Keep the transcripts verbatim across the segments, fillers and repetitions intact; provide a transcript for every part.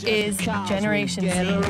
is Generation Z.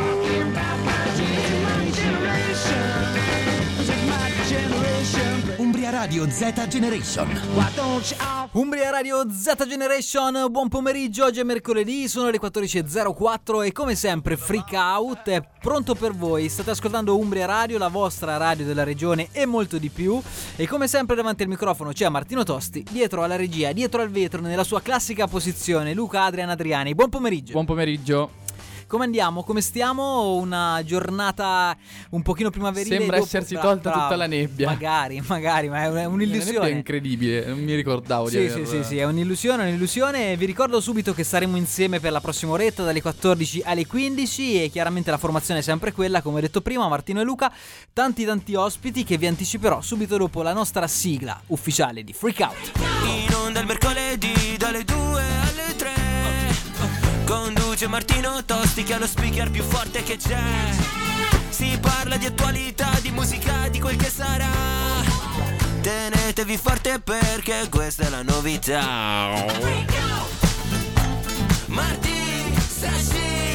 Umbria Radio Z Generation. Umbria Radio Z Generation, buon pomeriggio, oggi è mercoledì, sono le quattordici e zero quattro e come sempre Freak Out è pronto per voi. State ascoltando Umbria Radio, la vostra radio della regione e molto di più. E come sempre davanti al microfono c'è Martino Tosti, dietro alla regia, dietro al vetro, nella sua classica posizione, Luca Adrian Adriani. Buon pomeriggio. Buon pomeriggio. Come andiamo? Come stiamo? Una giornata un pochino primaverile. Sembra dopo... essersi Bravo, tolta bravo. tutta la nebbia. Magari, magari, ma è un'illusione. La nebbia è incredibile, non mi ricordavo sì, di averla. Sì, sì, sì, è un'illusione, un'illusione. Vi ricordo subito che saremo insieme per la prossima oretta dalle quattordici alle quindici e chiaramente la formazione è sempre quella, come ho detto prima, Martino e Luca. Tanti tanti ospiti che vi anticiperò subito dopo la nostra sigla ufficiale di Freak Out. In onda il mercoledì dalle due alle tre. Conduce Martino Tosti che è lo speaker più forte che c'è. Si parla di attualità, di musica, di quel che sarà. Tenetevi forte perché questa è la novità. Martino Sashi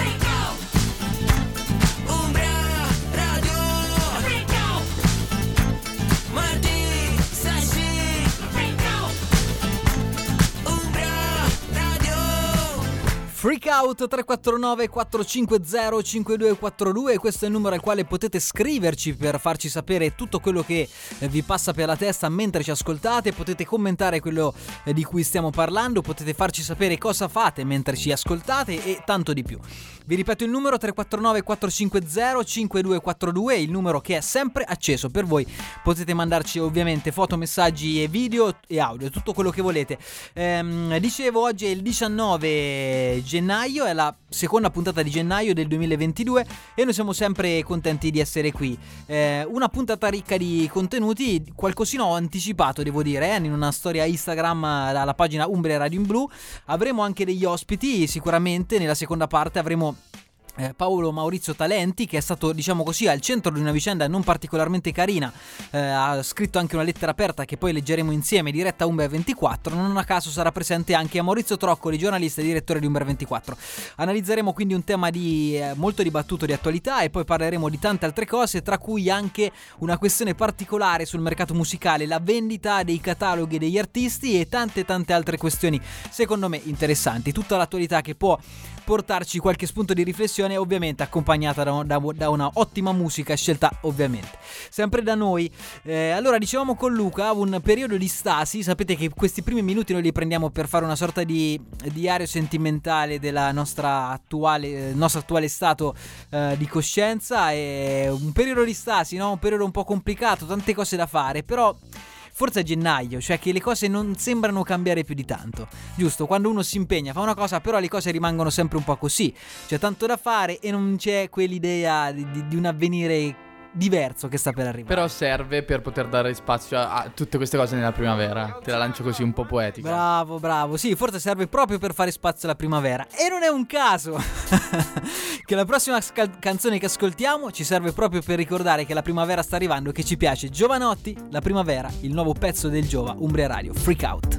Umbria Radio. Martino Sashi Umbria Radio. Freak Out tre quattro nove quattro cinque zero cinque due quattro due, questo è il numero al quale potete scriverci per farci sapere tutto quello che vi passa per la testa mentre ci ascoltate, potete commentare quello di cui stiamo parlando, potete farci sapere cosa fate mentre ci ascoltate e tanto di più. Vi ripeto il numero tre quattro nove quattro cinque zero cinque due quattro due, il numero che è sempre acceso per voi, potete mandarci ovviamente foto, messaggi e video e audio, tutto quello che volete. Ehm, dicevo, oggi è il diciannove gennaio, è la seconda puntata di gennaio del duemilaventidue e noi siamo sempre contenti di essere qui. Eh, una puntata ricca di contenuti, qualcosina ho anticipato devo dire, eh, in una storia Instagram alla pagina Umbria Radio in Blu. Avremo anche degli ospiti sicuramente, nella seconda parte avremo Eh, Paolo Maurizio Talenti, che è stato, diciamo così, al centro di una vicenda non particolarmente carina. Eh, ha scritto anche una lettera aperta che poi leggeremo insieme, diretta a Umbria ventiquattro. Non a caso sarà presente anche Maurizio Troccoli, giornalista e direttore di Umbria ventiquattro. Analizzeremo quindi un tema di eh, molto dibattuto di attualità e poi parleremo di tante altre cose, tra cui anche una questione particolare sul mercato musicale, la vendita dei cataloghi degli artisti e tante tante altre questioni secondo me interessanti. Tutta l'attualità che può portarci qualche spunto di riflessione, ovviamente accompagnata da, da, da una ottima musica scelta ovviamente sempre da noi. Eh, allora dicevamo con Luca un periodo di stasi, sapete che questi primi minuti noi li prendiamo per fare una sorta di diario sentimentale della nostra attuale, nostro attuale stato eh, di coscienza. È un periodo di stasi, no? Un periodo un po' complicato, tante cose da fare, però forse è gennaio, cioè che le cose non sembrano cambiare più di tanto, giusto? Quando uno si impegna, fa una cosa, però le cose rimangono sempre un po' così, c'è tanto da fare e non c'è quell'idea di, di, di un avvenire diverso che sta per arrivare. Però serve per poter dare spazio a, a tutte queste cose nella primavera. Te la lancio così un po' poetica. Bravo, bravo. Sì, forse serve proprio per fare spazio alla primavera. E non è un caso che la prossima scal- canzone che ascoltiamo ci serve proprio per ricordare che la primavera sta arrivando e che ci piace. Giovanotti, La primavera, il nuovo pezzo del Giova, Umbria Radio, Freak Out.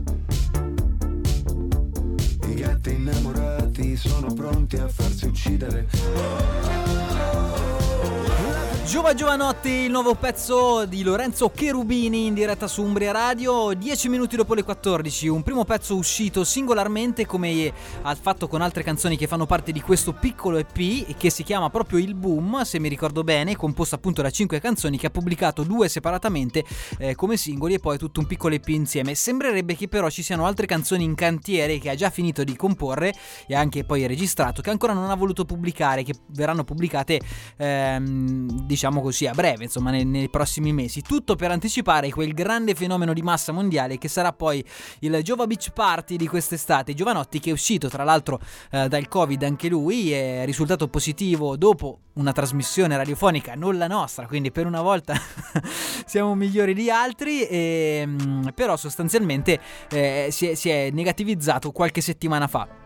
I gatti innamorati sono pronti a farsi uccidere. Giova Giovanotti, il nuovo pezzo di Lorenzo Cherubini in diretta su Umbria Radio, dieci minuti dopo le quattordici, un primo pezzo uscito singolarmente come ha fatto con altre canzoni che fanno parte di questo piccolo E P che si chiama proprio Il Boom, se mi ricordo bene, composto appunto da cinque canzoni che ha pubblicato due separatamente eh, come singoli e poi tutto un piccolo E P insieme. Sembrerebbe che però ci siano altre canzoni in cantiere che ha già finito di comporre e anche poi registrato che ancora non ha voluto pubblicare, che verranno pubblicate ehm, diciamo così a breve, insomma nei, nei prossimi mesi, tutto per anticipare quel grande fenomeno di massa mondiale che sarà poi il Giova Beach Party di quest'estate. Giovanotti, che è uscito tra l'altro eh, dal Covid anche lui, è risultato positivo dopo una trasmissione radiofonica, non la nostra, quindi per una volta siamo migliori di altri, e, però sostanzialmente eh, si, è, si è negativizzato qualche settimana fa.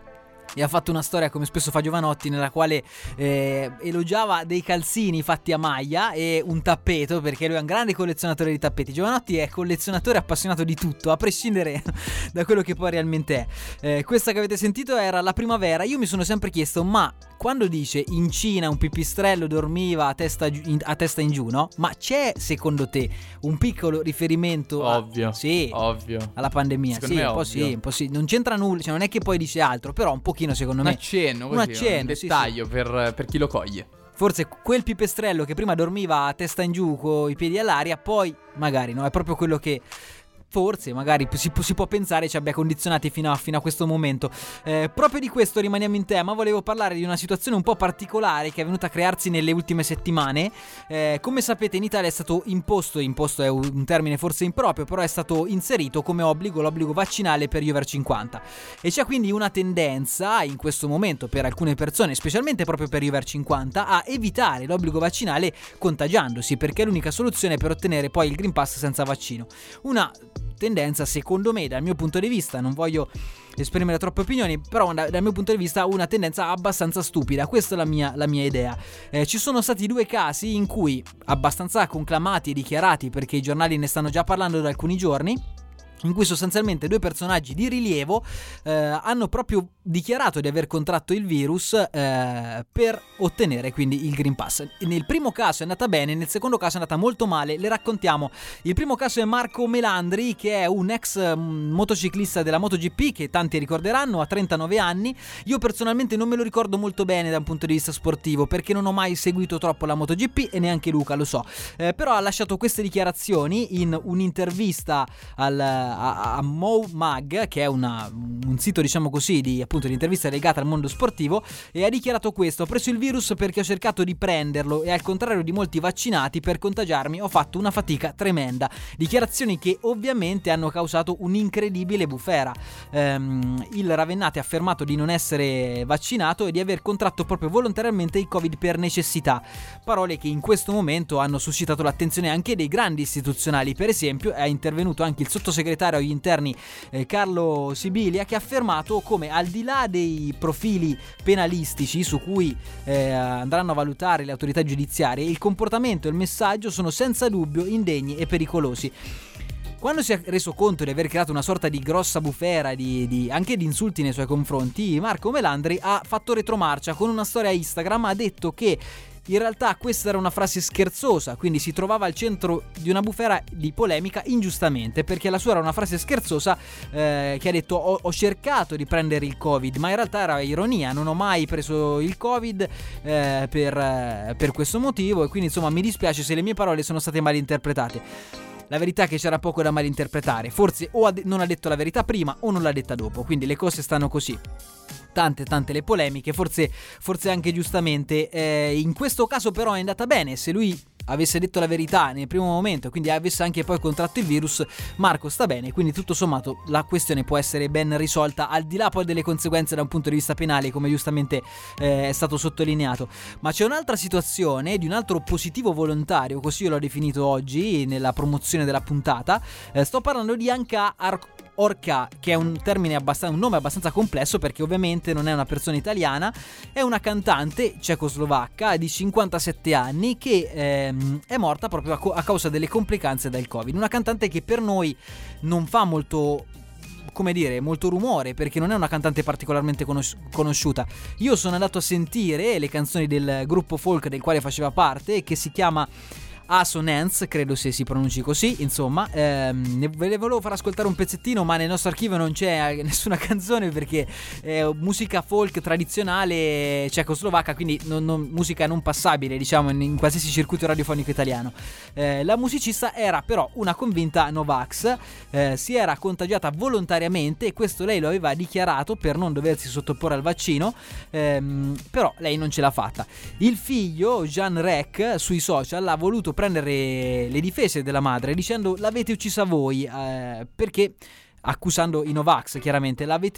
e ha fatto una storia, come spesso fa Giovanotti, nella quale eh, elogiava dei calzini fatti a maglia e un tappeto, perché lui è un grande collezionatore di tappeti. Giovanotti è collezionatore appassionato di tutto, a prescindere da quello che poi realmente è. Eh, questa che avete sentito era La Primavera. Io mi sono sempre chiesto, ma quando dice in Cina un pipistrello dormiva a testa, giù, in, a testa in giù, no? Ma c'è secondo te un piccolo riferimento ovvio, a, sì, ovvio. alla pandemia? Secondo Sì, me un po' ovvio. sì, un po' sì. Non c'entra nulla, cioè non è che poi dice altro, però un pochino secondo Un me. accenno, un così, accenno, un sì, dettaglio sì. Per, per chi lo coglie. Forse quel pipistrello che prima dormiva a testa in giù con i piedi all'aria, poi magari no, è proprio quello che forse magari si, si può pensare ci abbia condizionati fino a, fino a questo momento. Eh, proprio di questo rimaniamo in tema. Volevo parlare di una situazione un po' particolare che è venuta a crearsi nelle ultime settimane. Eh, come sapete, in Italia è stato imposto, imposto è un termine forse improprio, però è stato inserito come obbligo l'obbligo vaccinale per gli over cinquanta, e c'è quindi una tendenza in questo momento per alcune persone, specialmente proprio per gli over cinquanta, a evitare l'obbligo vaccinale contagiandosi, perché è l'unica soluzione per ottenere poi il Green Pass senza vaccino. Una tendenza, secondo me, dal mio punto di vista, non voglio esprimere troppe opinioni, però da, dal mio punto di vista una tendenza abbastanza stupida. Questa è la mia, la mia idea. Eh, ci sono stati due casi in cui, abbastanza conclamati e dichiarati, perché i giornali ne stanno già parlando da alcuni giorni, in cui sostanzialmente due personaggi di rilievo eh, hanno proprio dichiarato di aver contratto il virus eh, per ottenere quindi il Green Pass. Nel primo caso è andata bene, nel secondo caso è andata molto male. Le raccontiamo. Il primo caso è Marco Melandri, che è un ex motociclista della MotoGP, che tanti ricorderanno, ha trentanove anni. Io personalmente non me lo ricordo molto bene da un punto di vista sportivo, perché non ho mai seguito troppo la MotoGP, e neanche Luca, lo so, eh, però ha lasciato queste dichiarazioni in un'intervista al a, a Mo Mag, che è una, un sito, diciamo così, di appunto di intervista legata al mondo sportivo, e ha dichiarato questo: ho preso il virus perché ho cercato di prenderlo e, al contrario di molti vaccinati, per contagiarmi ho fatto una fatica tremenda. Dichiarazioni che ovviamente hanno causato un'incredibile bufera. ehm, il Ravennate ha affermato di non essere vaccinato e di aver contratto proprio volontariamente il Covid per necessità, parole che in questo momento hanno suscitato l'attenzione anche dei grandi istituzionali. Per esempio è intervenuto anche il sottosegretario agli interni eh, Carlo Sibilia, che ha affermato come, al di là dei profili penalistici su cui eh, andranno a valutare le autorità giudiziarie, il comportamento e il messaggio sono senza dubbio indegni e pericolosi. Quando si è reso conto di aver creato una sorta di grossa bufera, di, di, anche di insulti nei suoi confronti, Marco Melandri ha fatto retromarcia con una storia Instagram. Ha detto che in realtà questa era una frase scherzosa, quindi si trovava al centro di una bufera di polemica ingiustamente, perché la sua era una frase scherzosa, eh, che ha detto ho, ho cercato di prendere il Covid, ma in realtà era ironia, non ho mai preso il Covid eh, per, eh, per questo motivo, e quindi insomma mi dispiace se le mie parole sono state mal interpretate. La verità è che c'era poco da malinterpretare, forse o ha de- non ha detto la verità prima o non l'ha detta dopo, quindi le cose stanno così. Tante tante le polemiche, forse, forse anche giustamente. Eh, in questo caso però è andata bene. Se lui avesse detto la verità nel primo momento, quindi avesse anche poi contratto il virus, Marco sta bene, quindi tutto sommato la questione può essere ben risolta, al di là poi delle conseguenze da un punto di vista penale, come giustamente eh, è stato sottolineato. Ma c'è un'altra situazione di un altro positivo volontario, così io l'ho definito oggi nella promozione della puntata. Eh, sto parlando di Anka Ar- Orca, che è un termine abbastanza, un nome abbastanza complesso, perché ovviamente non è una persona italiana, è una cantante cecoslovacca di cinquantasette anni che ehm, è morta proprio a, co- a causa delle complicanze del Covid. Una cantante che per noi non fa molto, come dire, molto rumore, perché non è una cantante particolarmente conos- conosciuta. Io sono andato a sentire le canzoni del gruppo folk del quale faceva parte, che si chiama Assonance, credo se si pronunci così, insomma. ehm, ne, ve le volevo far ascoltare un pezzettino, ma nel nostro archivio non c'è nessuna canzone, perché è musica folk tradizionale cecoslovacca, quindi non, non, musica non passabile, diciamo, in, in qualsiasi circuito radiofonico italiano. Eh, la musicista era però una convinta Novax, eh, si era contagiata volontariamente, e questo lei lo aveva dichiarato per non doversi sottoporre al vaccino, ehm, però lei non ce l'ha fatta. Il figlio Jean Rec sui social ha voluto prendere le difese della madre dicendo l'avete uccisa voi, eh, perché accusando i Novax, chiaramente l'avete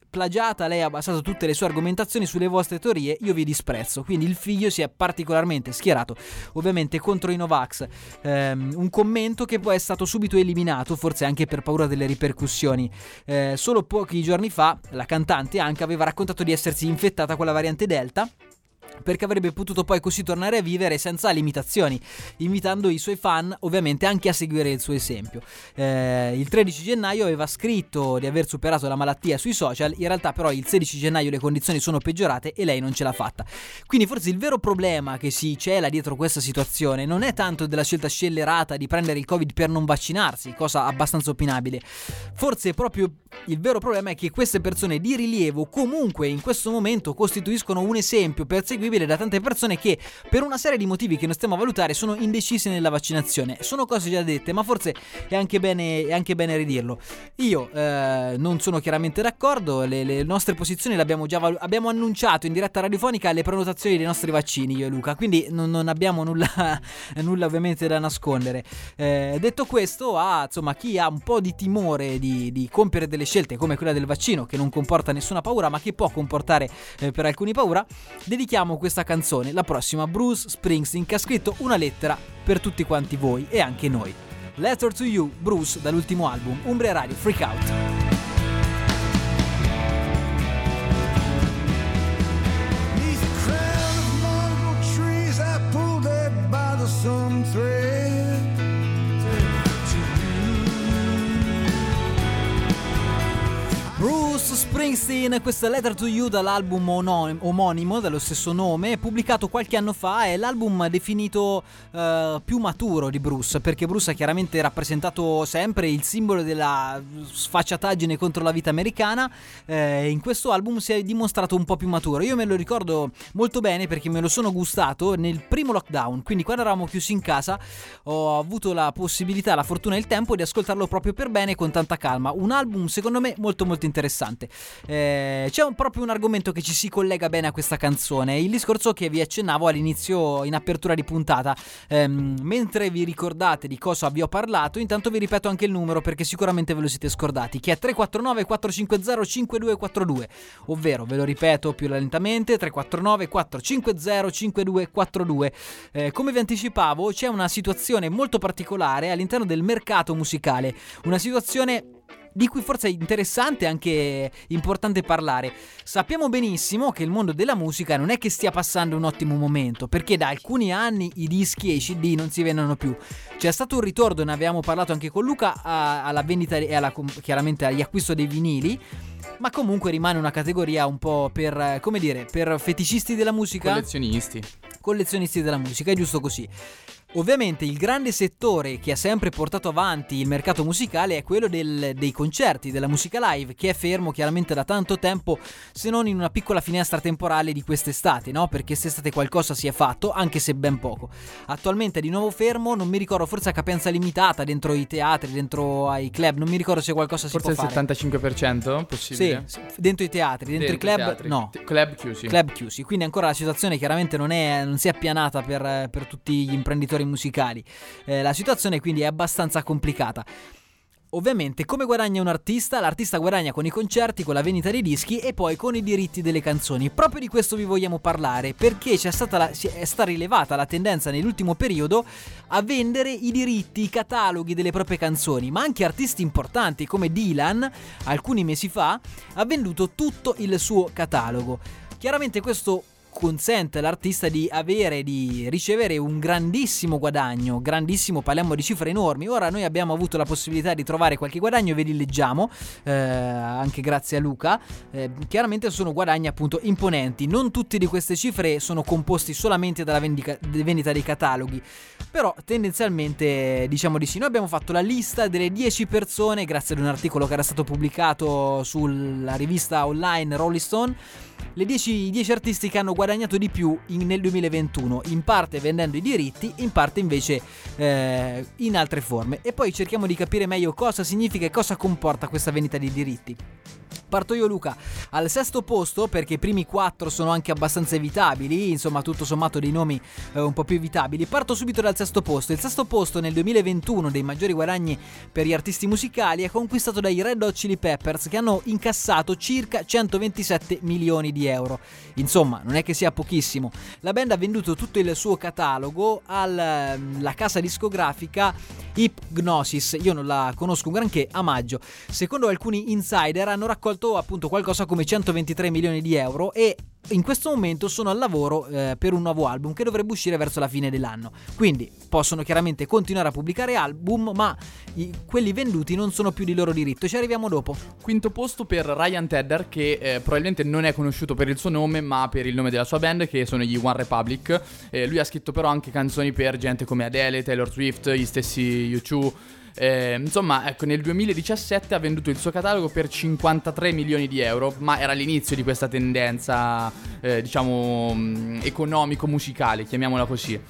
plagiata, lei ha basato tutte le sue argomentazioni sulle vostre teorie, io vi disprezzo. Quindi il figlio si è particolarmente schierato ovviamente contro i Novax, ehm, un commento che poi è stato subito eliminato, forse anche per paura delle ripercussioni. Eh, solo pochi giorni fa la cantante anche aveva raccontato di essersi infettata con la variante Delta, perché avrebbe potuto poi così tornare a vivere senza limitazioni, invitando i suoi fan ovviamente anche a seguire il suo esempio. Eh, il tredici gennaio aveva scritto di aver superato la malattia sui social, in realtà però il sedici gennaio le condizioni sono peggiorate e lei non ce l'ha fatta. Quindi forse il vero problema che si cela dietro questa situazione non è tanto della scelta scellerata di prendere il Covid per non vaccinarsi, cosa abbastanza opinabile. Forse proprio il vero problema è che queste persone di rilievo comunque in questo momento costituiscono un esempio perseguibile da tante persone che per una serie di motivi che non stiamo a valutare sono indecise nella vaccinazione. Sono cose già dette, ma forse è anche bene, è anche bene ridirlo. Io eh, non sono chiaramente d'accordo, le, le nostre posizioni le abbiamo già valu- abbiamo annunciato in diretta radiofonica le prenotazioni dei nostri vaccini, io e Luca, quindi non, non abbiamo nulla, nulla ovviamente da nascondere. Eh, detto questo, a insomma chi ha un po' di timore di, di compiere delle scelte come quella del vaccino, che non comporta nessuna paura ma che può comportare eh, per alcuni paura, dedichiamo questa canzone, la prossima, Bruce Springsteen, che ha scritto una lettera per tutti quanti voi e anche noi. Letter to You, Bruce, dall'ultimo album Umbria Radio Freak Out. Bruce Springsteen, questa Letter to You dall'album omonimo dello stesso nome, pubblicato qualche anno fa. È l'album definito uh, più maturo di Bruce, perché Bruce ha chiaramente rappresentato sempre il simbolo della sfacciataggine contro la vita americana. Eh, in questo album si è dimostrato un po' più maturo. Io me lo ricordo molto bene perché me lo sono gustato nel primo lockdown, quindi quando eravamo chiusi in casa ho avuto la possibilità, la fortuna e il tempo di ascoltarlo proprio per bene, con tanta calma. Un album secondo me molto molto interessante. Eh, c'è un, proprio un argomento che ci si collega bene a questa canzone, il discorso che vi accennavo all'inizio in apertura di puntata. Eh, mentre vi ricordate di cosa vi ho parlato, intanto vi ripeto anche il numero perché sicuramente ve lo siete scordati, che è tre quattro nove quattro cinque zero cinque due quattro due, ovvero, ve lo ripeto più lentamente, tre quattro nove quattro cinque zero cinque due quattro due. Eh, come vi anticipavo, c'è una situazione molto particolare all'interno del mercato musicale, una situazione di cui forse è interessante e anche importante parlare. Sappiamo benissimo che il mondo della musica non è che stia passando un ottimo momento, perché da alcuni anni i dischi e i C D non si vendono più. C'è stato un ritorno, ne avevamo parlato anche con Luca, a, alla vendita e alla, chiaramente agli acquisto dei vinili, ma comunque rimane una categoria un po' per, come dire, per feticisti della musica, collezionisti collezionisti della musica, è giusto così. Ovviamente il grande settore che ha sempre portato avanti il mercato musicale è quello del, dei concerti, della musica live, che è fermo chiaramente da tanto tempo, se non in una piccola finestra temporale di quest'estate, no? Perché quest'estate qualcosa si è fatto, anche se ben poco. Attualmente è di nuovo fermo, non mi ricordo, forse a capienza limitata dentro i teatri, dentro ai club, non mi ricordo se qualcosa si forse può fare. Forse il settantacinque per cento possibile? Sì, dentro i teatri, dentro, dentro i club teatri. No. Club chiusi. Club chiusi, quindi ancora la situazione chiaramente non, è, non si è appianata per, per tutti gli imprenditori musicali. Eh, la situazione quindi è abbastanza complicata. Ovviamente come guadagna un artista? L'artista guadagna con i concerti, con la vendita dei dischi e poi con i diritti delle canzoni. Proprio di questo vi vogliamo parlare, perché c'è stata la, è stata rilevata la tendenza nell'ultimo periodo a vendere i diritti, i cataloghi delle proprie canzoni, ma anche artisti importanti come Dylan alcuni mesi fa ha venduto tutto il suo catalogo. Chiaramente questo consente all'artista di avere, di ricevere un grandissimo guadagno, grandissimo, parliamo di cifre enormi. Ora noi abbiamo avuto la possibilità di trovare qualche guadagno, ve li leggiamo, eh, anche grazie a Luca. Eh, chiaramente sono guadagni appunto imponenti, non tutte di queste cifre sono composti solamente dalla vendica, vendita dei cataloghi, però tendenzialmente diciamo di sì. Noi abbiamo fatto la lista delle dieci persone, grazie ad un articolo che era stato pubblicato sulla rivista online Rolling Stone, le dieci, dieci artisti che hanno guadagnato di più in, nel duemilaventuno, in parte vendendo i diritti, in parte invece eh, in altre forme. E poi cerchiamo di capire meglio cosa significa e cosa comporta questa vendita di diritti. Parto io, Luca, al sesto posto, perché i primi quattro sono anche abbastanza evitabili, insomma tutto sommato dei nomi eh, un po' più evitabili. Parto subito dal sesto posto. Il sesto posto nel duemilaventuno dei maggiori guadagni per gli artisti musicali è conquistato dai Red Hot Chili Peppers, che hanno incassato circa centoventisette milioni di euro. Insomma, non è che sia pochissimo. La band ha venduto tutto il suo catalogo alla casa discografica Hipgnosis. Io non la conosco un granché, a maggio. Secondo alcuni insider hanno raccolto appunto qualcosa come centoventitré milioni di euro e in questo momento sono al lavoro eh, per un nuovo album che dovrebbe uscire verso la fine dell'anno. Quindi possono chiaramente continuare a pubblicare album, ma i, quelli venduti non sono più di loro diritto. Ci arriviamo dopo. Quinto posto per Ryan Tedder, che eh, probabilmente non è conosciuto per il suo nome ma per il nome della sua band, che sono gli One Republic. eh, Lui ha scritto però anche canzoni per gente come Adele, Taylor Swift, gli stessi U due. Eh, insomma, ecco, nel duemiladiciassette ha venduto il suo catalogo per cinquantatré milioni di euro, ma era l'inizio di questa tendenza, eh, diciamo, mh, economico-musicale, chiamiamola così.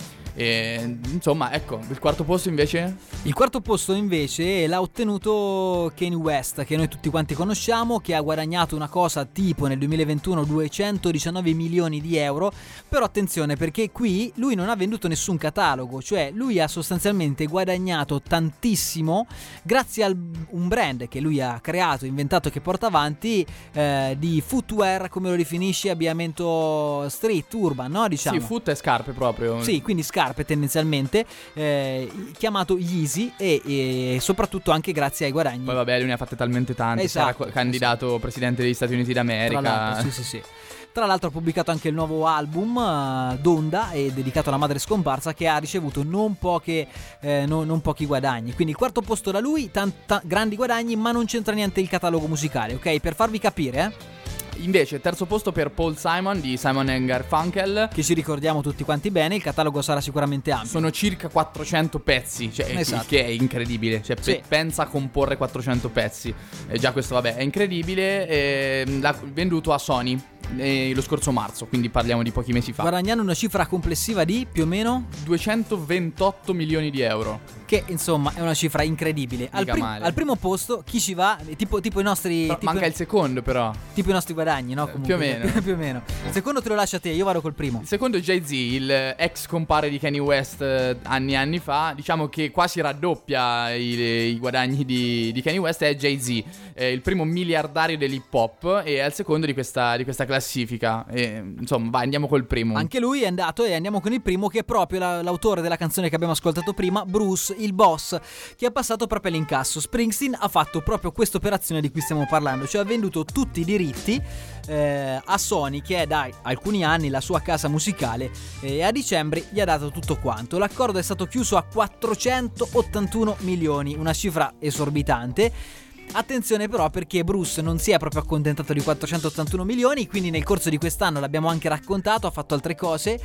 E, insomma, ecco, il quarto posto invece? Il quarto posto invece l'ha ottenuto Kanye West, che noi tutti quanti conosciamo, che ha guadagnato una cosa tipo nel duemilaventuno duecentodiciannove milioni di euro. Però attenzione, perché qui lui non ha venduto nessun catalogo, cioè lui ha sostanzialmente guadagnato tantissimo grazie a un brand che lui ha creato, inventato, che porta avanti, eh, di footwear, come lo definisci, abbigliamento street, urban, no? Diciamo. Sì, foot e scarpe proprio. Sì, quindi scarpe tendenzialmente, eh, chiamato Yeezy, e, e soprattutto anche grazie ai guadagni. Poi vabbè, lui ne ha fatte talmente tante. Esatto, sarà candidato sì. presidente degli Stati Uniti d'America. Tra l'altro, sì, sì, sì. Tra l'altro ha pubblicato anche il nuovo album, uh, Donda, è dedicato alla madre scomparsa, che ha ricevuto non poche eh, non, non pochi guadagni. Quindi il quarto posto da lui, tanta, grandi guadagni, ma non c'entra niente il catalogo musicale, ok? Per farvi capire, eh? Invece terzo posto per Paul Simon di Simon and Garfunkel, che ci ricordiamo tutti quanti bene. Il catalogo sarà sicuramente ampio. Sono circa quattrocento pezzi, cioè, esatto. Che è incredibile, cioè, sì. pe- pensa a comporre quattrocento pezzi, e già questo vabbè è incredibile. E l'ha venduto a Sony eh, lo scorso marzo, quindi parliamo di pochi mesi fa, guadagnando una cifra complessiva di più o meno duecentoventotto milioni di euro, che insomma è una cifra incredibile. Al, prim- al primo posto chi ci va? Tipo, tipo i nostri però tipo, manca il secondo, però tipo i nostri guadagni, no? Comunque, più o meno. più, più o meno. Il secondo te lo lascio a te, io vado col primo. Il secondo è Jay-Z, il ex compare di Kanye West eh, anni e anni fa. Diciamo che quasi raddoppia i, i guadagni di, di Kanye West. È Jay-Z, eh, il primo miliardario dell'hip hop, e è il secondo di questa, di questa classifica. E, insomma, vai, andiamo col primo. Anche lui è andato, e andiamo con il primo, che è proprio la, l'autore della canzone che abbiamo ascoltato prima, Bruce, il boss, che ha passato proprio all'incasso. Springsteen ha fatto proprio questa operazione di cui stiamo parlando, cioè ha venduto tutti i diritti eh, a Sony, che è da alcuni anni la sua casa musicale, e a dicembre gli ha dato tutto quanto. L'accordo è stato chiuso a quattrocentottantuno milioni, una cifra esorbitante. Attenzione però, perché Bruce non si è proprio accontentato di quattrocentottantuno milioni, quindi nel corso di quest'anno, l'abbiamo anche raccontato, ha fatto altre cose,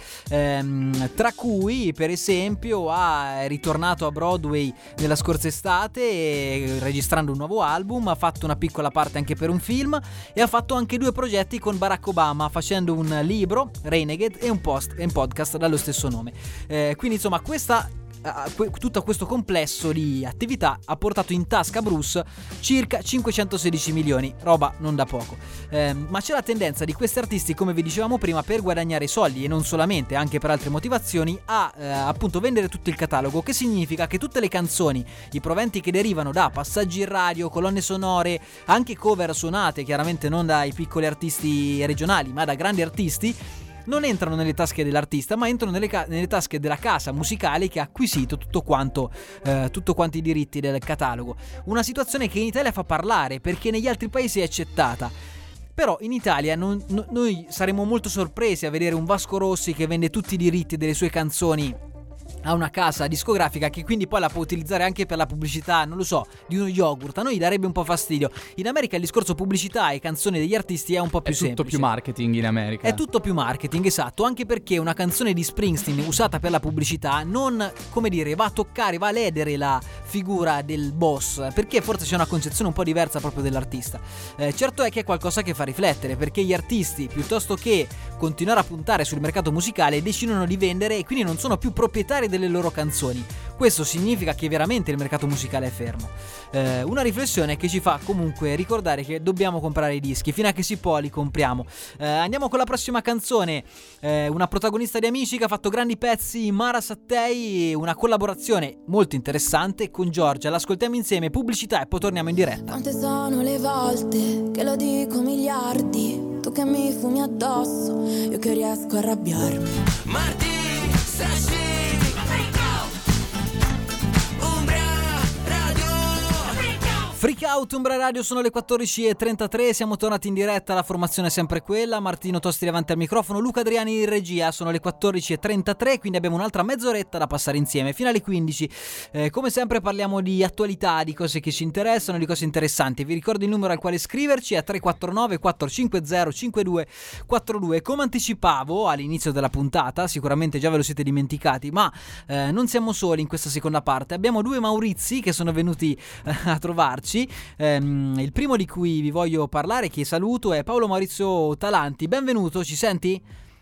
ehm, tra cui per esempio ha ritornato a Broadway nella scorsa estate eh, registrando un nuovo album, ha fatto una piccola parte anche per un film, e ha fatto anche due progetti con Barack Obama, facendo un libro, Renegade, e un, post, e un podcast dallo stesso nome. Eh, quindi insomma questa tutto questo complesso di attività ha portato in tasca a Bruce circa cinquecentosedici milioni, roba non da poco. Eh, ma c'è la tendenza di questi artisti, come vi dicevamo prima, per guadagnare soldi, e non solamente, anche per altre motivazioni, a eh, appunto vendere tutto il catalogo, che significa che tutte le canzoni, i proventi che derivano da passaggi in radio, colonne sonore, anche cover suonate, chiaramente non dai piccoli artisti regionali, ma da grandi artisti, non entrano nelle tasche dell'artista, ma entrano nelle, ca- nelle tasche della casa musicale che ha acquisito tutto quanto eh, tutto quanti i diritti del catalogo. Una situazione che in Italia fa parlare, perché negli altri paesi è accettata. Però in Italia non, no, noi saremmo molto sorpresi a vedere un Vasco Rossi che vende tutti i diritti delle sue canzoni a una casa discografica, che quindi poi la può utilizzare anche per la pubblicità, non lo so, di uno yogurt. A noi darebbe un po' fastidio. In America il discorso pubblicità e canzoni degli artisti è un po' più è tutto semplice. più marketing in America. È tutto più marketing, esatto, anche perché una canzone di Springsteen usata per la pubblicità non, come dire, va a toccare, va a ledere la figura del boss, perché forse c'è una concezione un po' diversa proprio dell'artista. Eh, certo è che è qualcosa che fa riflettere, perché gli artisti, piuttosto che continuare a puntare sul mercato musicale, decidono di vendere, e quindi non sono più proprietari delle loro canzoni. questo significa che veramente il mercato musicale è fermo. Eh, una riflessione che ci fa comunque ricordare che dobbiamo comprare i dischi, fino a che si può li compriamo. Eh, andiamo con la prossima canzone, eh, una protagonista di Amici che ha fatto grandi pezzi, Mara Sattei, una collaborazione molto interessante con Giorgia. L'ascoltiamo insieme, pubblicità e poi torniamo in diretta. Quante sono le volte che lo dico miliardi, tu che mi fumi addosso, io che riesco a arrabbiarmi. Martì, Sashi, Umbria Radio. Freak Out, Umbria Radio, sono le quattordici e trentatré, siamo tornati in diretta, la formazione è sempre quella, Martino Tosti davanti al microfono, Luca Adriani in regia, sono le quattordici e trentatré, quindi abbiamo un'altra mezz'oretta da passare insieme, fino alle quindici. Eh, come sempre parliamo di attualità, di cose che ci interessano, di cose interessanti. Vi ricordo il numero al quale scriverci, è tre quattro nove quattro cinque zero cinque due quattro due. Come anticipavo all'inizio della puntata, sicuramente già ve lo siete dimenticati, ma eh, non siamo soli in questa seconda parte, abbiamo due Maurizi che sono venuti eh, a trovarci. Um, il primo di cui vi voglio parlare, che saluto, è Paolo Maurizio Talanti. Benvenuto, ci senti?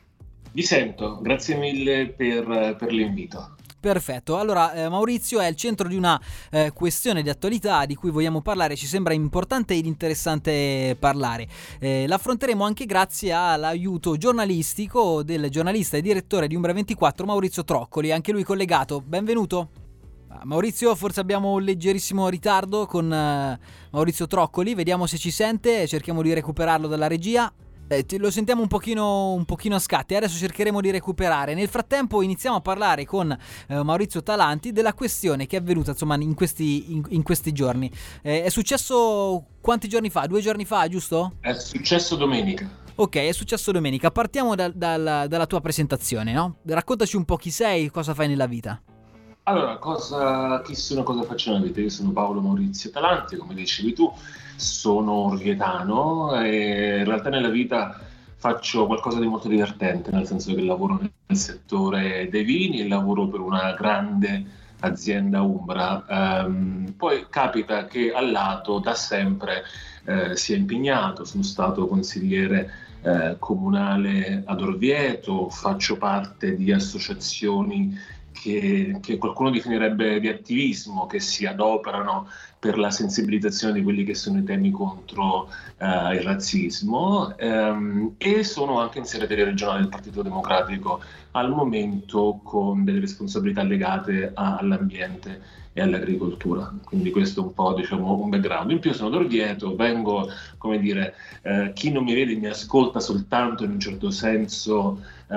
Vi sento, grazie mille per, per l'invito. Perfetto, allora eh, Maurizio è al centro di una eh, questione di attualità di cui vogliamo parlare, ci sembra importante ed interessante parlare. Eh, l'affronteremo anche grazie all'aiuto giornalistico del giornalista e direttore di Umbria ventiquattro Maurizio Troccoli, anche lui collegato. Benvenuto. Maurizio, forse abbiamo un leggerissimo ritardo con uh, Maurizio Troccoli, vediamo se ci sente, cerchiamo di recuperarlo dalla regia. Eh, lo sentiamo un pochino, un pochino a scatti, adesso cercheremo di recuperare. Nel frattempo iniziamo a parlare con eh, Maurizio Talanti della questione che è avvenuta insomma in questi, in, in questi giorni. Eh, è successo quanti giorni fa? Due giorni fa, giusto? È successo domenica. Ok, è successo domenica. Partiamo da, da, dalla tua presentazione, no? Raccontaci un po' chi sei, cosa fai nella vita. Allora, cosa, chi sono, cosa faccio nella vita? Io sono Paolo Maurizio Talanti, come dicevi tu, sono orvietano e in realtà nella vita faccio qualcosa di molto divertente, nel senso che lavoro nel settore dei vini e lavoro per una grande azienda umbra. Um, poi capita che al lato da sempre eh, sia impegnato, sono stato consigliere eh, comunale ad Orvieto, faccio parte di associazioni Che, che qualcuno definirebbe di attivismo, che si adoperano per la sensibilizzazione di quelli che sono i temi contro uh, il razzismo, um, e sono anche in segreteria regionale del Partito Democratico al momento, con delle responsabilità legate a, all'ambiente e all'agricoltura. Quindi questo è un po', diciamo, un background. In più sono d'Orvieto, vengo, come dire, eh, chi non mi vede mi ascolta soltanto in un certo senso,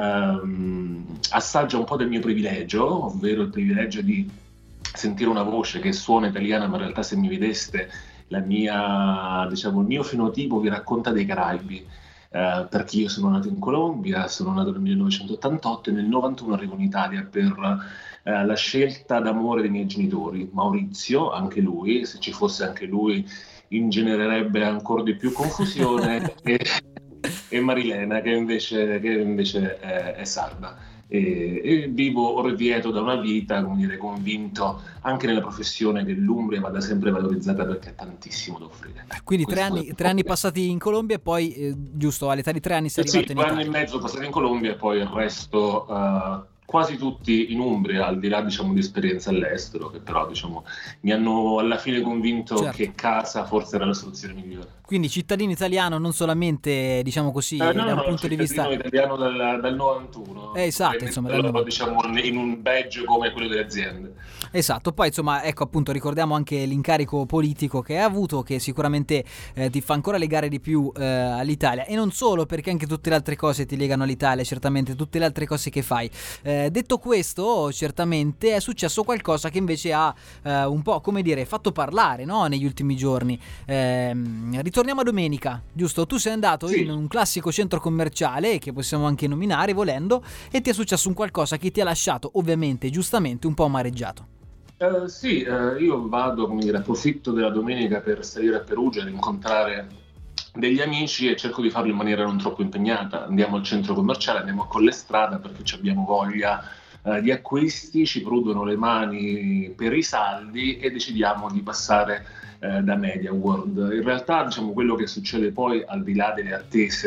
ehm, assaggia un po' del mio privilegio, ovvero il privilegio di sentire una voce che suona italiana, ma in realtà se mi vedeste la mia, diciamo, il mio fenotipo vi racconta dei Caraibi. Uh, perché io sono nato in Colombia, sono nato nel millenovecentottantotto e nel novantuno arrivo in Italia per uh, la scelta d'amore dei miei genitori. Maurizio, anche lui, se ci fosse anche lui ingenererebbe ancora di più confusione, e, e Marilena che invece, che invece è, è sarda. E, e vivo Orvieto da una vita, come dire, convinto anche nella professione che l'Umbria vada sempre valorizzata perché ha tantissimo da offrire. Quindi tre anni, tre anni passati in Colombia e poi, eh, giusto, all'età di tre anni sei sì, arrivato in Italia. Italia. Due anni e mezzo passati in Colombia e poi il resto uh, quasi tutti in Umbria, al di là, diciamo, di esperienze all'estero, che però, diciamo, mi hanno alla fine convinto certo. che casa forse era la soluzione migliore. Quindi cittadino italiano non solamente, diciamo così, eh, no, da un no, punto di vista italiano dal, dal novantuno. Eh, esatto, insomma, dal novantuno. Diciamo in un badge come quello delle aziende. Esatto, poi insomma, ecco, appunto, ricordiamo anche l'incarico politico che hai avuto, che sicuramente eh, ti fa ancora legare di più eh, all'Italia, e non solo, perché anche tutte le altre cose ti legano all'Italia, certamente tutte le altre cose che fai. Eh, detto questo, certamente è successo qualcosa che invece ha eh, un po', come dire, fatto parlare, no? Negli ultimi giorni. Eh, ritorniamo a domenica, giusto? Tu sei andato sì. in un classico centro commerciale, che possiamo anche nominare volendo, e ti è successo un qualcosa che ti ha lasciato, ovviamente, giustamente, un po' amareggiato. Uh, sì, uh, io vado, come dire, approfitto della domenica per salire a Perugia ad incontrare degli amici e cerco di farlo in maniera non troppo impegnata. Andiamo al centro commerciale, andiamo con le strade perché abbiamo voglia uh, di acquisti, ci prudono le mani per i saldi e decidiamo di passare uh, da Media World. In realtà, diciamo, quello che succede poi, al di là delle attese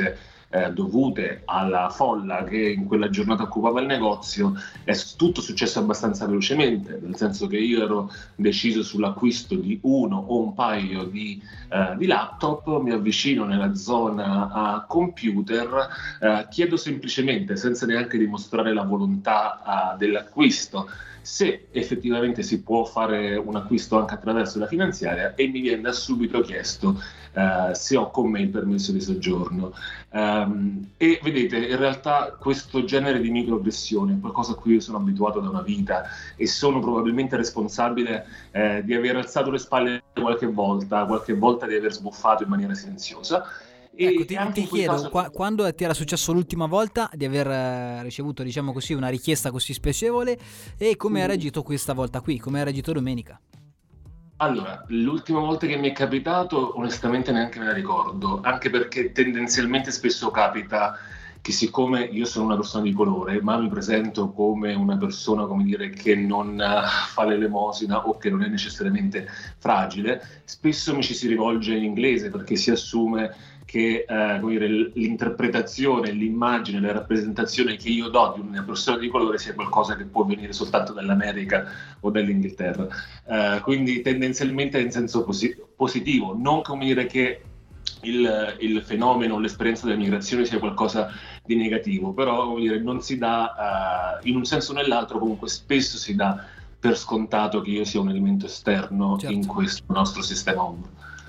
eh, dovute alla folla che in quella giornata occupava il negozio, è tutto successo abbastanza velocemente, nel senso che io ero deciso sull'acquisto di uno o un paio di, eh, di laptop, mi avvicino nella zona a computer, eh, chiedo semplicemente, senza neanche dimostrare la volontà eh, dell'acquisto, se effettivamente si può fare un acquisto anche attraverso la finanziaria, e mi viene da subito chiesto uh, se ho con me il permesso di soggiorno. Um, e vedete, in realtà questo genere di microaggressione è qualcosa a cui io sono abituato da una vita e sono probabilmente responsabile eh, di aver alzato le spalle qualche volta, qualche volta di aver sbuffato in maniera silenziosa. Ecco, ti, ti chiedo, caso... qua, quando ti era successo l'ultima volta di aver eh, ricevuto, diciamo così, una richiesta così spiacevole, e come hai Mm. reagito questa volta qui, come hai reagito domenica? Allora, l'ultima volta che mi è capitato, onestamente neanche me la ricordo, anche perché tendenzialmente spesso capita che, siccome io sono una persona di colore, ma mi presento come una persona, come dire, che non eh, fa l'elemosina o che non è necessariamente fragile, spesso mi ci si rivolge in inglese perché si assume che eh, come dire, l'interpretazione, l'immagine, la rappresentazione che io do di una persona di colore sia qualcosa che può venire soltanto dall'America o dall'Inghilterra. Uh, quindi tendenzialmente è in senso posi- positivo, non come dire che il, il fenomeno, l'esperienza della migrazione sia qualcosa di negativo, però come dire, non si dà, uh, in un senso o nell'altro, comunque spesso si dà per scontato che io sia un elemento esterno, certo, in questo nostro sistema home.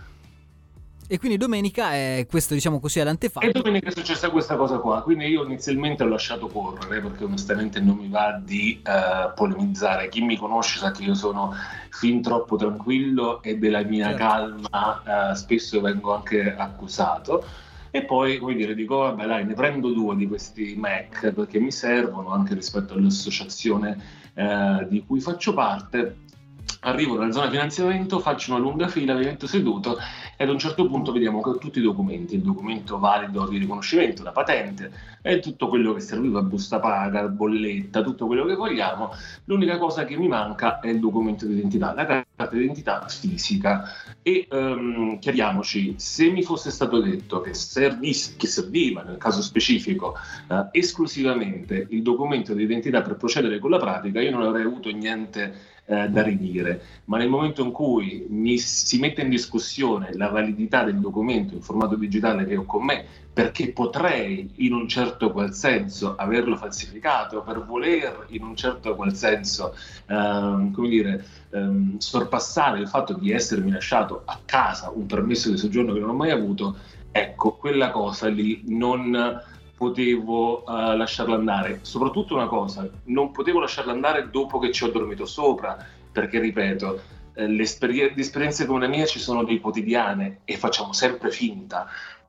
E quindi domenica è questo, diciamo così, è l'antefatto. E domenica è successa questa cosa qua, quindi io inizialmente ho lasciato correre perché onestamente non mi va di uh, polemizzare. Chi mi conosce sa che io sono fin troppo tranquillo e della mia certo. calma uh, spesso vengo anche accusato. E poi, come dire, dico, vabbè dai, ne prendo due di questi Mac perché mi servono anche rispetto all'associazione uh, di cui faccio parte. Arrivo nella zona finanziamento, faccio una lunga fila, mi metto seduto e ad un certo punto vediamo che ho tutti i documenti, il documento valido di riconoscimento, la patente e tutto quello che serviva, busta paga, bolletta, tutto quello che vogliamo. L'unica cosa che mi manca è il documento di identità, la carta di identità fisica. E um, chiariamoci, se mi fosse stato detto che, servis- che serviva nel caso specifico uh, esclusivamente il documento di identità per procedere con la pratica, io non avrei avuto niente Eh, da ridire, ma nel momento in cui mi si mette in discussione la validità del documento in formato digitale che ho con me, perché potrei in un certo qual senso averlo falsificato per voler in un certo qual senso ehm, come dire ehm, sorpassare il fatto di essermi lasciato a casa un permesso di soggiorno che non ho mai avuto, ecco, quella cosa lì non potevo uh, lasciarla andare. Soprattutto una cosa, non potevo lasciarla andare dopo che ci ho dormito sopra, perché ripeto, eh, le, esperi- le esperienze come la mia ci sono dei quotidiane e facciamo sempre finta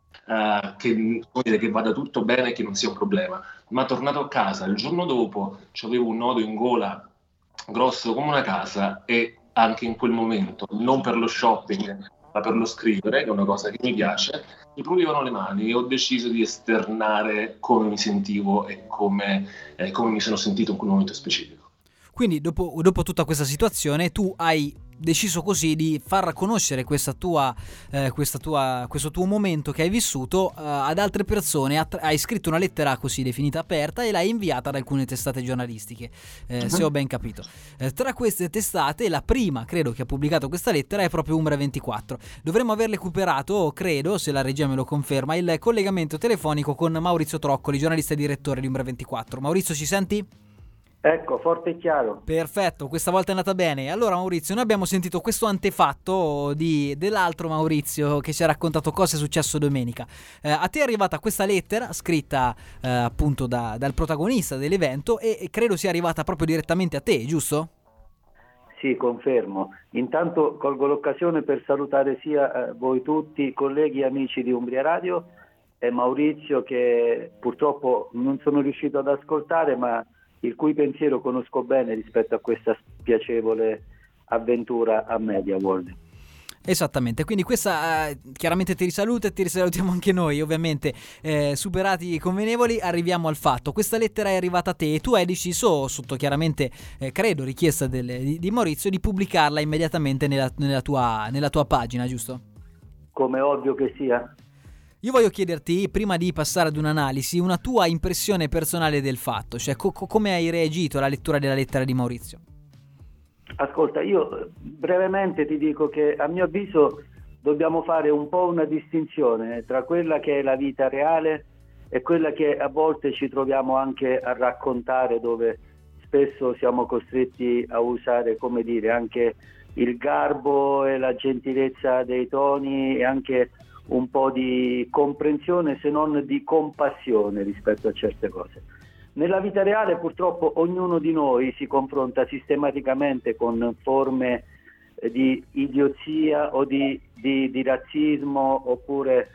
uh, che, che vada tutto bene e che non sia un problema, ma tornato a casa il giorno dopo avevo un nodo in gola grosso come una casa e anche in quel momento, non per lo shopping ma per lo scrivere, che è una cosa che mi piace, mi prudevano le mani e ho deciso di esternare come mi sentivo e come, eh, come mi sono sentito in quel momento specifico. Quindi dopo, dopo tutta questa situazione tu hai deciso così di far conoscere questa tua, eh, questa tua, questo tuo momento che hai vissuto eh, ad altre persone. Att- hai scritto una lettera così definita aperta e l'hai inviata ad alcune testate giornalistiche, eh, uh-huh. se ho ben capito. Eh, tra queste testate la prima, credo, che ha pubblicato questa lettera è proprio Umbria ventiquattro. Dovremmo aver recuperato, credo, se la regia me lo conferma, il collegamento telefonico con Maurizio Troccoli, giornalista e direttore di Umbria ventiquattro. Maurizio, ci senti? Ecco, forte e chiaro. Perfetto, questa volta è andata bene. Allora Maurizio, noi abbiamo sentito questo antefatto di, dell'altro Maurizio che ci ha raccontato cosa è successo domenica. Eh, a te è arrivata questa lettera scritta eh, appunto da, dal protagonista dell'evento e, e credo sia arrivata proprio direttamente a te, giusto? Sì, confermo. Intanto colgo l'occasione per salutare sia eh, voi tutti, colleghi e amici di Umbria Radio, e Maurizio, che purtroppo non sono riuscito ad ascoltare, ma il cui pensiero conosco bene rispetto a questa spiacevole avventura a Media World. Esattamente, quindi questa eh, chiaramente ti risaluta e ti risalutiamo anche noi, ovviamente eh, superati i convenevoli arriviamo al fatto. Questa lettera è arrivata a te e tu hai deciso, sotto chiaramente eh, credo richiesta del, di, di Maurizio, di pubblicarla immediatamente nella, nella, tua, nella tua pagina, giusto? Come ovvio che sia. Io voglio chiederti, prima di passare ad un'analisi, una tua impressione personale del fatto, cioè co- come hai reagito alla lettura della lettera di Maurizio? Ascolta, io brevemente ti dico che a mio avviso dobbiamo fare un po' una distinzione tra quella che è la vita reale e quella che a volte ci troviamo anche a raccontare, dove spesso siamo costretti a usare, come dire, anche il garbo e la gentilezza dei toni e anche un po' di comprensione, se non di compassione rispetto a certe cose. Nella vita reale purtroppo ognuno di noi si confronta sistematicamente con forme di idiozia o di, di, di razzismo oppure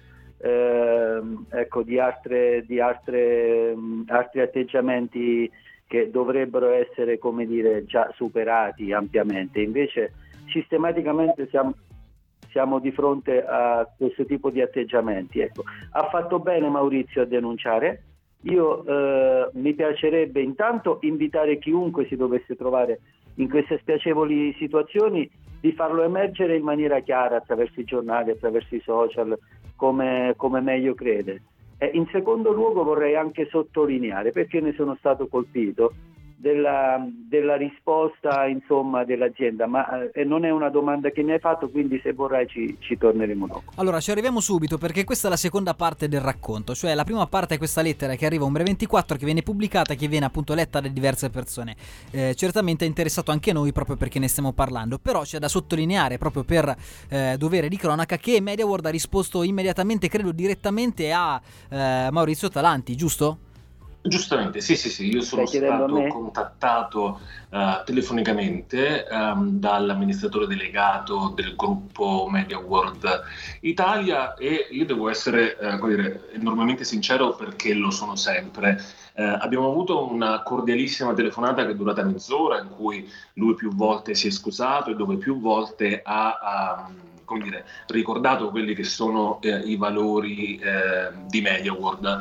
eh, ecco, di, altre, di altre, mh, altri atteggiamenti che dovrebbero essere, come dire, già superati ampiamente. Invece sistematicamente siamo siamo di fronte a questo tipo di atteggiamenti. Ecco, ha fatto bene Maurizio a denunciare. Io eh, mi piacerebbe intanto invitare chiunque si dovesse trovare in queste spiacevoli situazioni di farlo emergere in maniera chiara attraverso i giornali, attraverso i social, come, come meglio crede. E in secondo luogo vorrei anche sottolineare, perché ne sono stato colpito, Della, della risposta insomma dell'azienda, ma eh, non è una domanda che mi hai fatto, quindi se vorrai ci, ci torneremo dopo. Allora ci arriviamo subito, perché questa è la seconda parte del racconto, cioè la prima parte è questa lettera che arriva Umbria ventiquattro, che viene pubblicata, che viene appunto letta da diverse persone. Eh, certamente è interessato anche noi proprio perché ne stiamo parlando, però c'è da sottolineare proprio per eh, dovere di cronaca che MediaWorld ha risposto immediatamente, credo direttamente a eh, Maurizio Talanti, giusto? Giustamente, sì, sì, sì, io sono stato contattato uh, telefonicamente um, dall'amministratore delegato del gruppo MediaWorld Italia e io devo essere, uh, come dire, enormemente sincero perché lo sono sempre. Uh, abbiamo avuto una cordialissima telefonata che è durata mezz'ora in cui lui più volte si è scusato e dove più volte ha... Um, come dire, ricordato quelli che sono eh, i valori eh, di MediaWorld.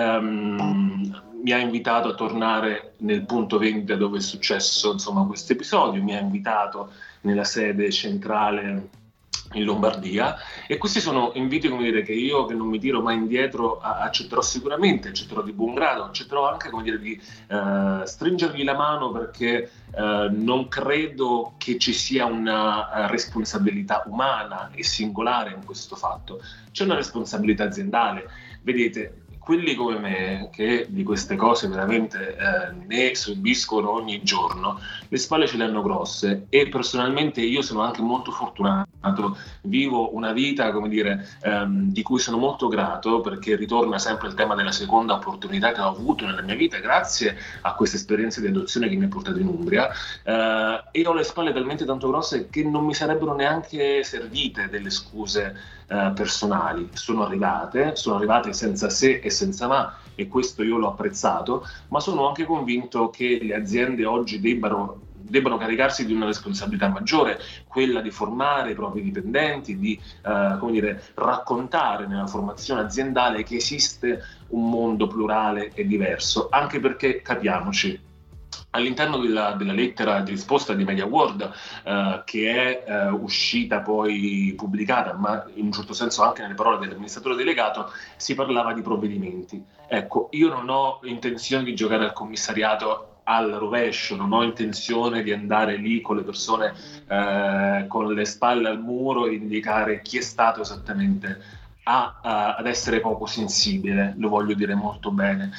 Um, mi ha invitato a tornare nel punto vendita dove è successo insomma questo episodio, mi ha invitato nella sede centrale in Lombardia e questi sono inviti, come dire, che io che non mi tiro mai indietro accetterò sicuramente, accetterò di buon grado, accetterò anche, come dire, di eh, stringergli la mano perché eh, non credo che ci sia una responsabilità umana e singolare in questo fatto, c'è una responsabilità aziendale. Vedete, quelli come me che di queste cose veramente eh, ne subiscono ogni giorno, le spalle ce le hanno grosse e personalmente io sono anche molto fortunato, vivo una vita, come dire, ehm, di cui sono molto grato perché ritorna sempre il tema della seconda opportunità che ho avuto nella mia vita grazie a queste esperienze di adozione che mi ha portato in Umbria eh, e ho le spalle talmente tanto grosse che non mi sarebbero neanche servite delle scuse Uh, personali, sono arrivate, sono arrivate senza se e senza ma e questo io l'ho apprezzato, ma sono anche convinto che le aziende oggi debbano, debbano caricarsi di una responsabilità maggiore, quella di formare i propri dipendenti, di uh, come dire, raccontare nella formazione aziendale che esiste un mondo plurale e diverso, anche perché capiamoci, all'interno della, della lettera di risposta di MediaWorld eh, che è eh, uscita poi pubblicata, ma in un certo senso anche nelle parole dell'amministratore delegato, si parlava di provvedimenti. Ecco, io non ho intenzione di giocare al commissariato al rovescio, non ho intenzione di andare lì con le persone eh, con le spalle al muro e indicare chi è stato esattamente A, a, ad essere poco sensibile, lo voglio dire molto bene,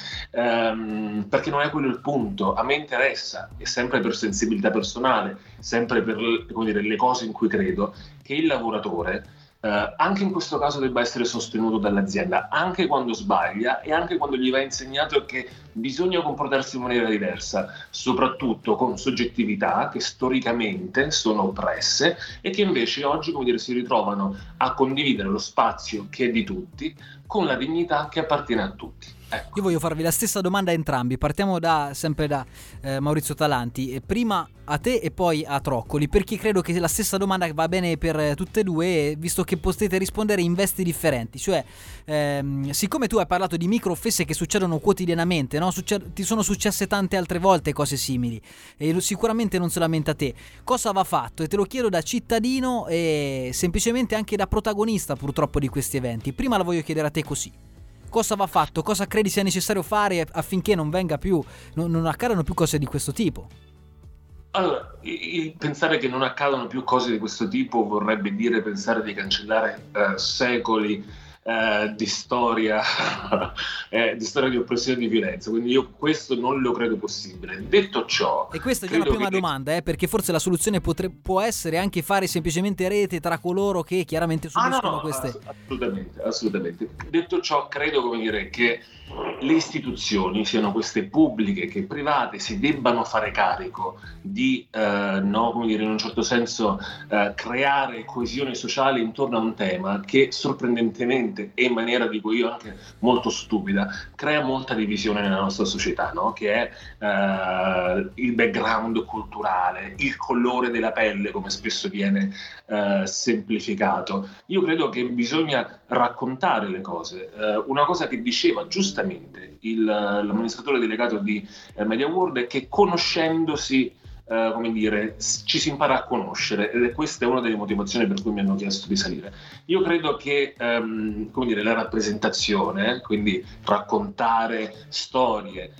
um, perché non è quello il punto. A me interessa, e sempre per sensibilità personale, sempre per, come dire, le cose in cui credo, che il lavoratore Uh, anche in questo caso debba essere sostenuto dall'azienda, anche quando sbaglia e anche quando gli va insegnato che bisogna comportarsi in maniera diversa, soprattutto con soggettività che storicamente sono oppresse e che invece oggi, come dire, si ritrovano a condividere lo spazio che è di tutti con la dignità che appartiene a tutti. Ecco. Io voglio farvi la stessa domanda a entrambi. Partiamo da sempre da eh, Maurizio Talanti, e prima a te e poi a Troccoli, perché credo che la stessa domanda va bene per tutte e due, visto che potete rispondere in vesti differenti. Cioè, ehm, siccome tu hai parlato di micro offese che succedono quotidianamente, no? Succe- ti sono successe tante altre volte cose simili e lo, sicuramente non solamente a te. Cosa va fatto? E te lo chiedo da cittadino e semplicemente anche da protagonista purtroppo di questi eventi. Prima la voglio chiedere a te, te così? Cosa va fatto? Cosa credi sia necessario fare affinché non venga più, non, non accadano più cose di questo tipo? Allora, il pensare che non accadano più cose di questo tipo vorrebbe dire pensare di cancellare eh, secoli eh, di storia eh, di storia di oppressione e di violenza, quindi io questo non lo credo possibile. Detto ciò, e questa è già una prima che... domanda, eh, perché forse la soluzione potre... può essere anche fare semplicemente rete tra coloro che chiaramente subiscono ah, no, no, queste assolutamente, assolutamente. Detto ciò, credo, come dire, che le istituzioni, siano queste pubbliche che private, si debbano fare carico di eh, no, come dire, in un certo senso eh, creare coesione sociale intorno a un tema che sorprendentemente e in maniera, dico io, anche molto stupida, crea molta divisione nella nostra società, no? Che è eh, il background culturale, il colore della pelle, come spesso viene eh, semplificato. Io credo che bisogna raccontare le cose. Eh, una cosa che diceva giustamente il, l'amministratore delegato di eh, Media World è che conoscendosi, Uh, come dire, ci si impara a conoscere, ed è questa è una delle motivazioni per cui mi hanno chiesto di salire. Io credo che um, come dire, la rappresentazione, quindi raccontare storie,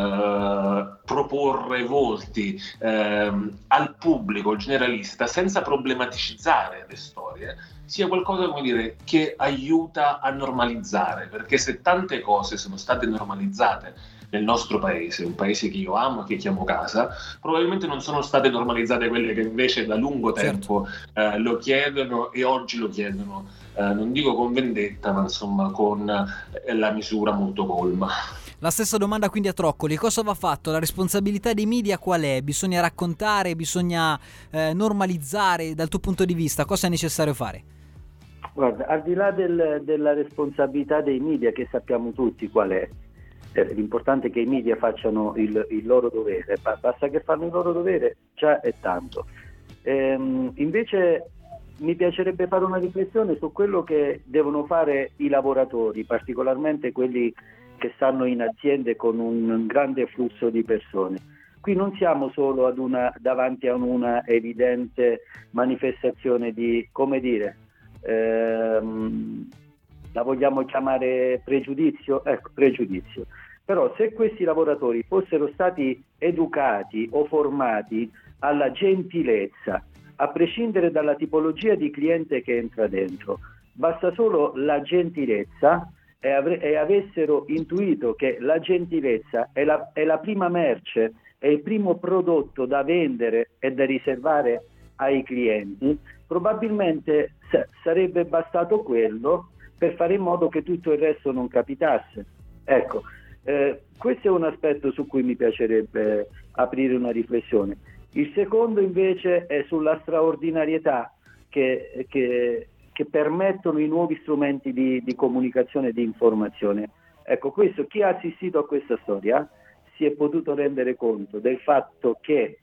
uh, proporre volti uh, al pubblico generalista senza problematicizzare le storie, sia qualcosa, come dire, che aiuta a normalizzare, perché se tante cose sono state normalizzate nel nostro paese, un paese che io amo e che chiamo casa, probabilmente non sono state normalizzate quelle che invece da lungo tempo certo. eh, lo chiedono, e oggi lo chiedono, eh, non dico con vendetta, ma insomma con eh, la misura molto colma. La stessa domanda quindi a Troccoli: cosa va fatto? La responsabilità dei media qual è? Bisogna raccontare, bisogna eh, normalizzare? Dal tuo punto di vista cosa è necessario fare? Guarda, al di là del, della responsabilità dei media, che sappiamo tutti qual è, eh, l'importante è che i media facciano il, il loro dovere, basta che fanno il loro dovere, già è tanto. Ehm, invece mi piacerebbe fare una riflessione su quello che devono fare i lavoratori, particolarmente quelli che stanno in aziende con un grande flusso di persone. Qui non siamo solo ad una, davanti a una evidente manifestazione di, come dire, ehm, la vogliamo chiamare pregiudizio? Ecco, pregiudizio. Però se questi lavoratori fossero stati educati o formati alla gentilezza, a prescindere dalla tipologia di cliente che entra dentro, basta solo la gentilezza, e, avre- e avessero intuito che la gentilezza è la, è la prima merce, è il primo prodotto da vendere e da riservare ai clienti, probabilmente sa- sarebbe bastato quello per fare in modo che tutto il resto non capitasse. Ecco, eh, questo è un aspetto su cui mi piacerebbe aprire una riflessione. Il secondo invece è sulla straordinarietà che, che, che permettono i nuovi strumenti di, di comunicazione e di informazione. Ecco, questo, chi ha assistito a questa storia si è potuto rendere conto del fatto che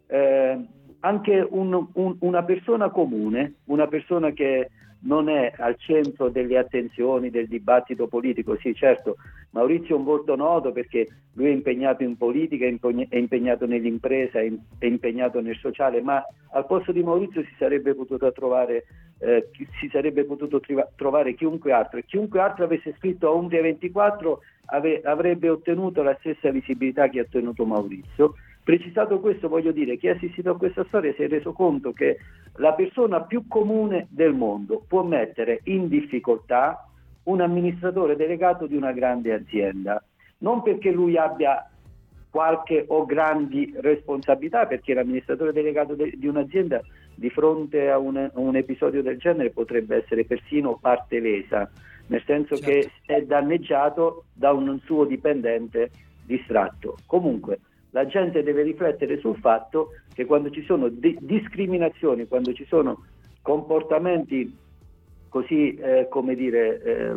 eh, anche un, un, una persona comune, una persona che non è al centro delle attenzioni del dibattito politico, sì certo, Maurizio è un volto noto perché lui è impegnato in politica, è impegnato nell'impresa, è impegnato nel sociale, ma al posto di Maurizio si sarebbe potuto trovare eh, si sarebbe potuto triva- trovare chiunque altro, e chiunque altro avesse scritto a Umbria ventiquattro ave- avrebbe ottenuto la stessa visibilità che ha ottenuto Maurizio. Precisato questo, voglio dire, chi ha assistito a questa storia si è reso conto che la persona più comune del mondo può mettere in difficoltà un amministratore delegato di una grande azienda, non perché lui abbia qualche o grandi responsabilità, perché l'amministratore delegato de- di un'azienda di fronte a un, a un episodio del genere potrebbe essere persino parte lesa, nel senso certo. che è danneggiato da un suo dipendente distratto. Comunque, la gente deve riflettere sul fatto che quando ci sono di- discriminazioni, quando ci sono comportamenti così, eh, come dire, eh,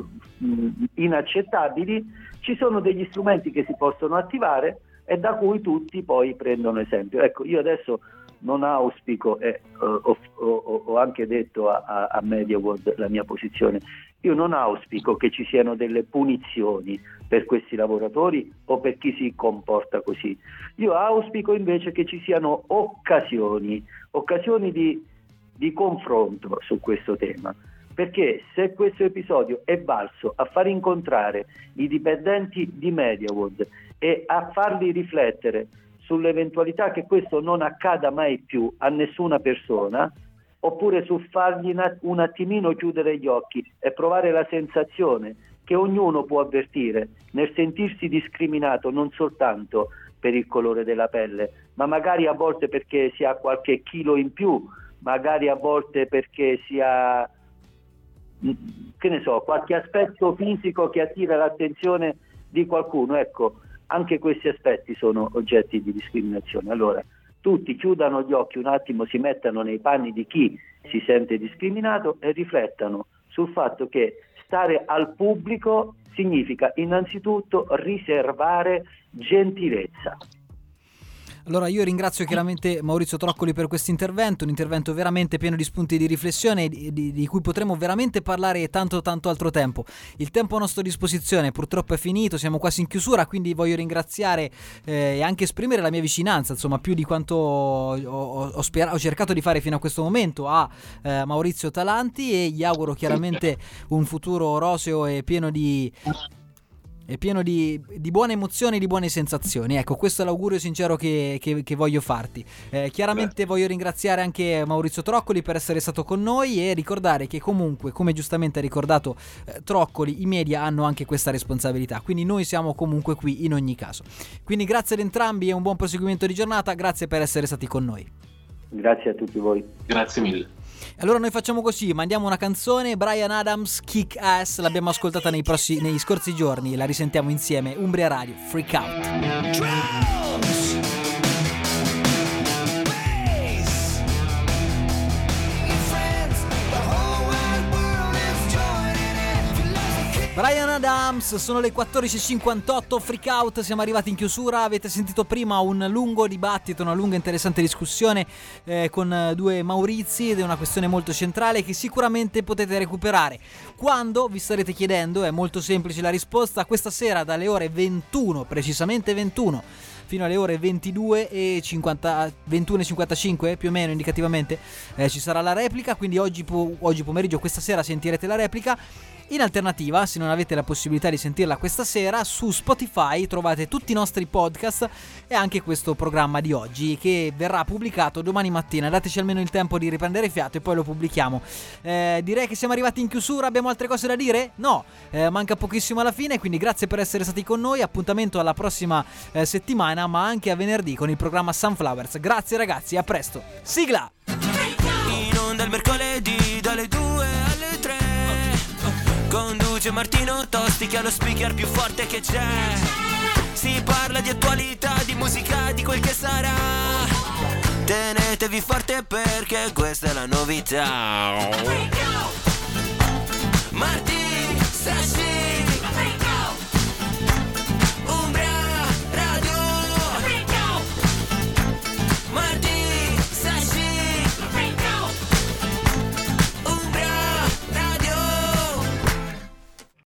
inaccettabili, ci sono degli strumenti che si possono attivare e da cui tutti poi prendono esempio. Ecco, io adesso non auspico, e eh, ho, ho, ho anche detto a, a, a Media World la mia posizione, io non auspico che ci siano delle punizioni per questi lavoratori o per chi si comporta così. Io auspico invece che ci siano occasioni, occasioni di, di confronto su questo tema. perché se questo episodio è valso a far incontrare i dipendenti di MediaWorld e a farli riflettere sull'eventualità che questo non accada mai più a nessuna persona, oppure su fargli un attimino chiudere gli occhi e provare la sensazione che ognuno può avvertire nel sentirsi discriminato non soltanto per il colore della pelle, ma magari a volte perché si ha qualche chilo in più, magari a volte perché si ha, che ne so, qualche aspetto fisico che attira l'attenzione di qualcuno. Ecco, anche questi aspetti sono oggetti di discriminazione. Allora, tutti chiudano gli occhi un attimo, si mettano nei panni di chi si sente discriminato e riflettano sul fatto che stare al pubblico significa innanzitutto riservare gentilezza. Allora io ringrazio chiaramente Maurizio Troccoli per questo intervento, un intervento veramente pieno di spunti di riflessione di, di, di cui potremo veramente parlare tanto tanto altro tempo. Il tempo a nostra disposizione purtroppo è finito, siamo quasi in chiusura, quindi voglio ringraziare eh, e anche esprimere la mia vicinanza, insomma, più di quanto ho, ho, ho, spera- ho cercato di fare fino a questo momento a eh, Maurizio Talanti, e gli auguro chiaramente un futuro roseo e pieno di... è pieno di, di buone emozioni, di buone sensazioni. Ecco, questo è l'augurio sincero che, che, che voglio farti. Eh, chiaramente voglio ringraziare anche Maurizio Troccoli per essere stato con noi e ricordare che comunque, come giustamente ha ricordato eh, Troccoli, i media hanno anche questa responsabilità, quindi noi siamo comunque qui in ogni caso. Quindi grazie ad entrambi e un buon proseguimento di giornata, grazie per essere stati con noi. Grazie a tutti voi. Grazie mille. Allora noi facciamo così, mandiamo una canzone, Bryan Adams, Kick Ass, l'abbiamo ascoltata nei, prossi- nei scorsi giorni, la risentiamo insieme, Umbria Radio, Freak Out. Bryan Adams, sono le quattordici e cinquantotto, Freak Out, siamo arrivati in chiusura. Avete sentito prima un lungo dibattito, una lunga e interessante discussione eh, con due Maurizi, ed è una questione molto centrale che sicuramente potete recuperare. Quando, vi starete chiedendo, è molto semplice la risposta: questa sera dalle ore ventuno, precisamente ventuno, fino alle ore ventidue e cinquanta, ventuno e cinquantacinque più o meno indicativamente eh, ci sarà la replica, quindi oggi, po- oggi pomeriggio, questa sera sentirete la replica. In alternativa, se non avete la possibilità di sentirla questa sera, su Spotify trovate tutti i nostri podcast e anche questo programma di oggi, che verrà pubblicato domani mattina. Dateci almeno il tempo di riprendere fiato e poi lo pubblichiamo. Eh, direi che siamo arrivati in chiusura. Abbiamo altre cose da dire? No, eh, manca pochissimo alla fine, quindi grazie per essere stati con noi. Appuntamento alla prossima eh, settimana, ma anche a venerdì con il programma Sunflowers. Grazie ragazzi, a presto. Sigla! In onda il mercoledì dalle due alle tre, conduce Martino Tosti, che ha lo speaker più forte che c'è. Si parla di attualità, di musica, di quel che sarà. Tenetevi forte perché questa è la novità.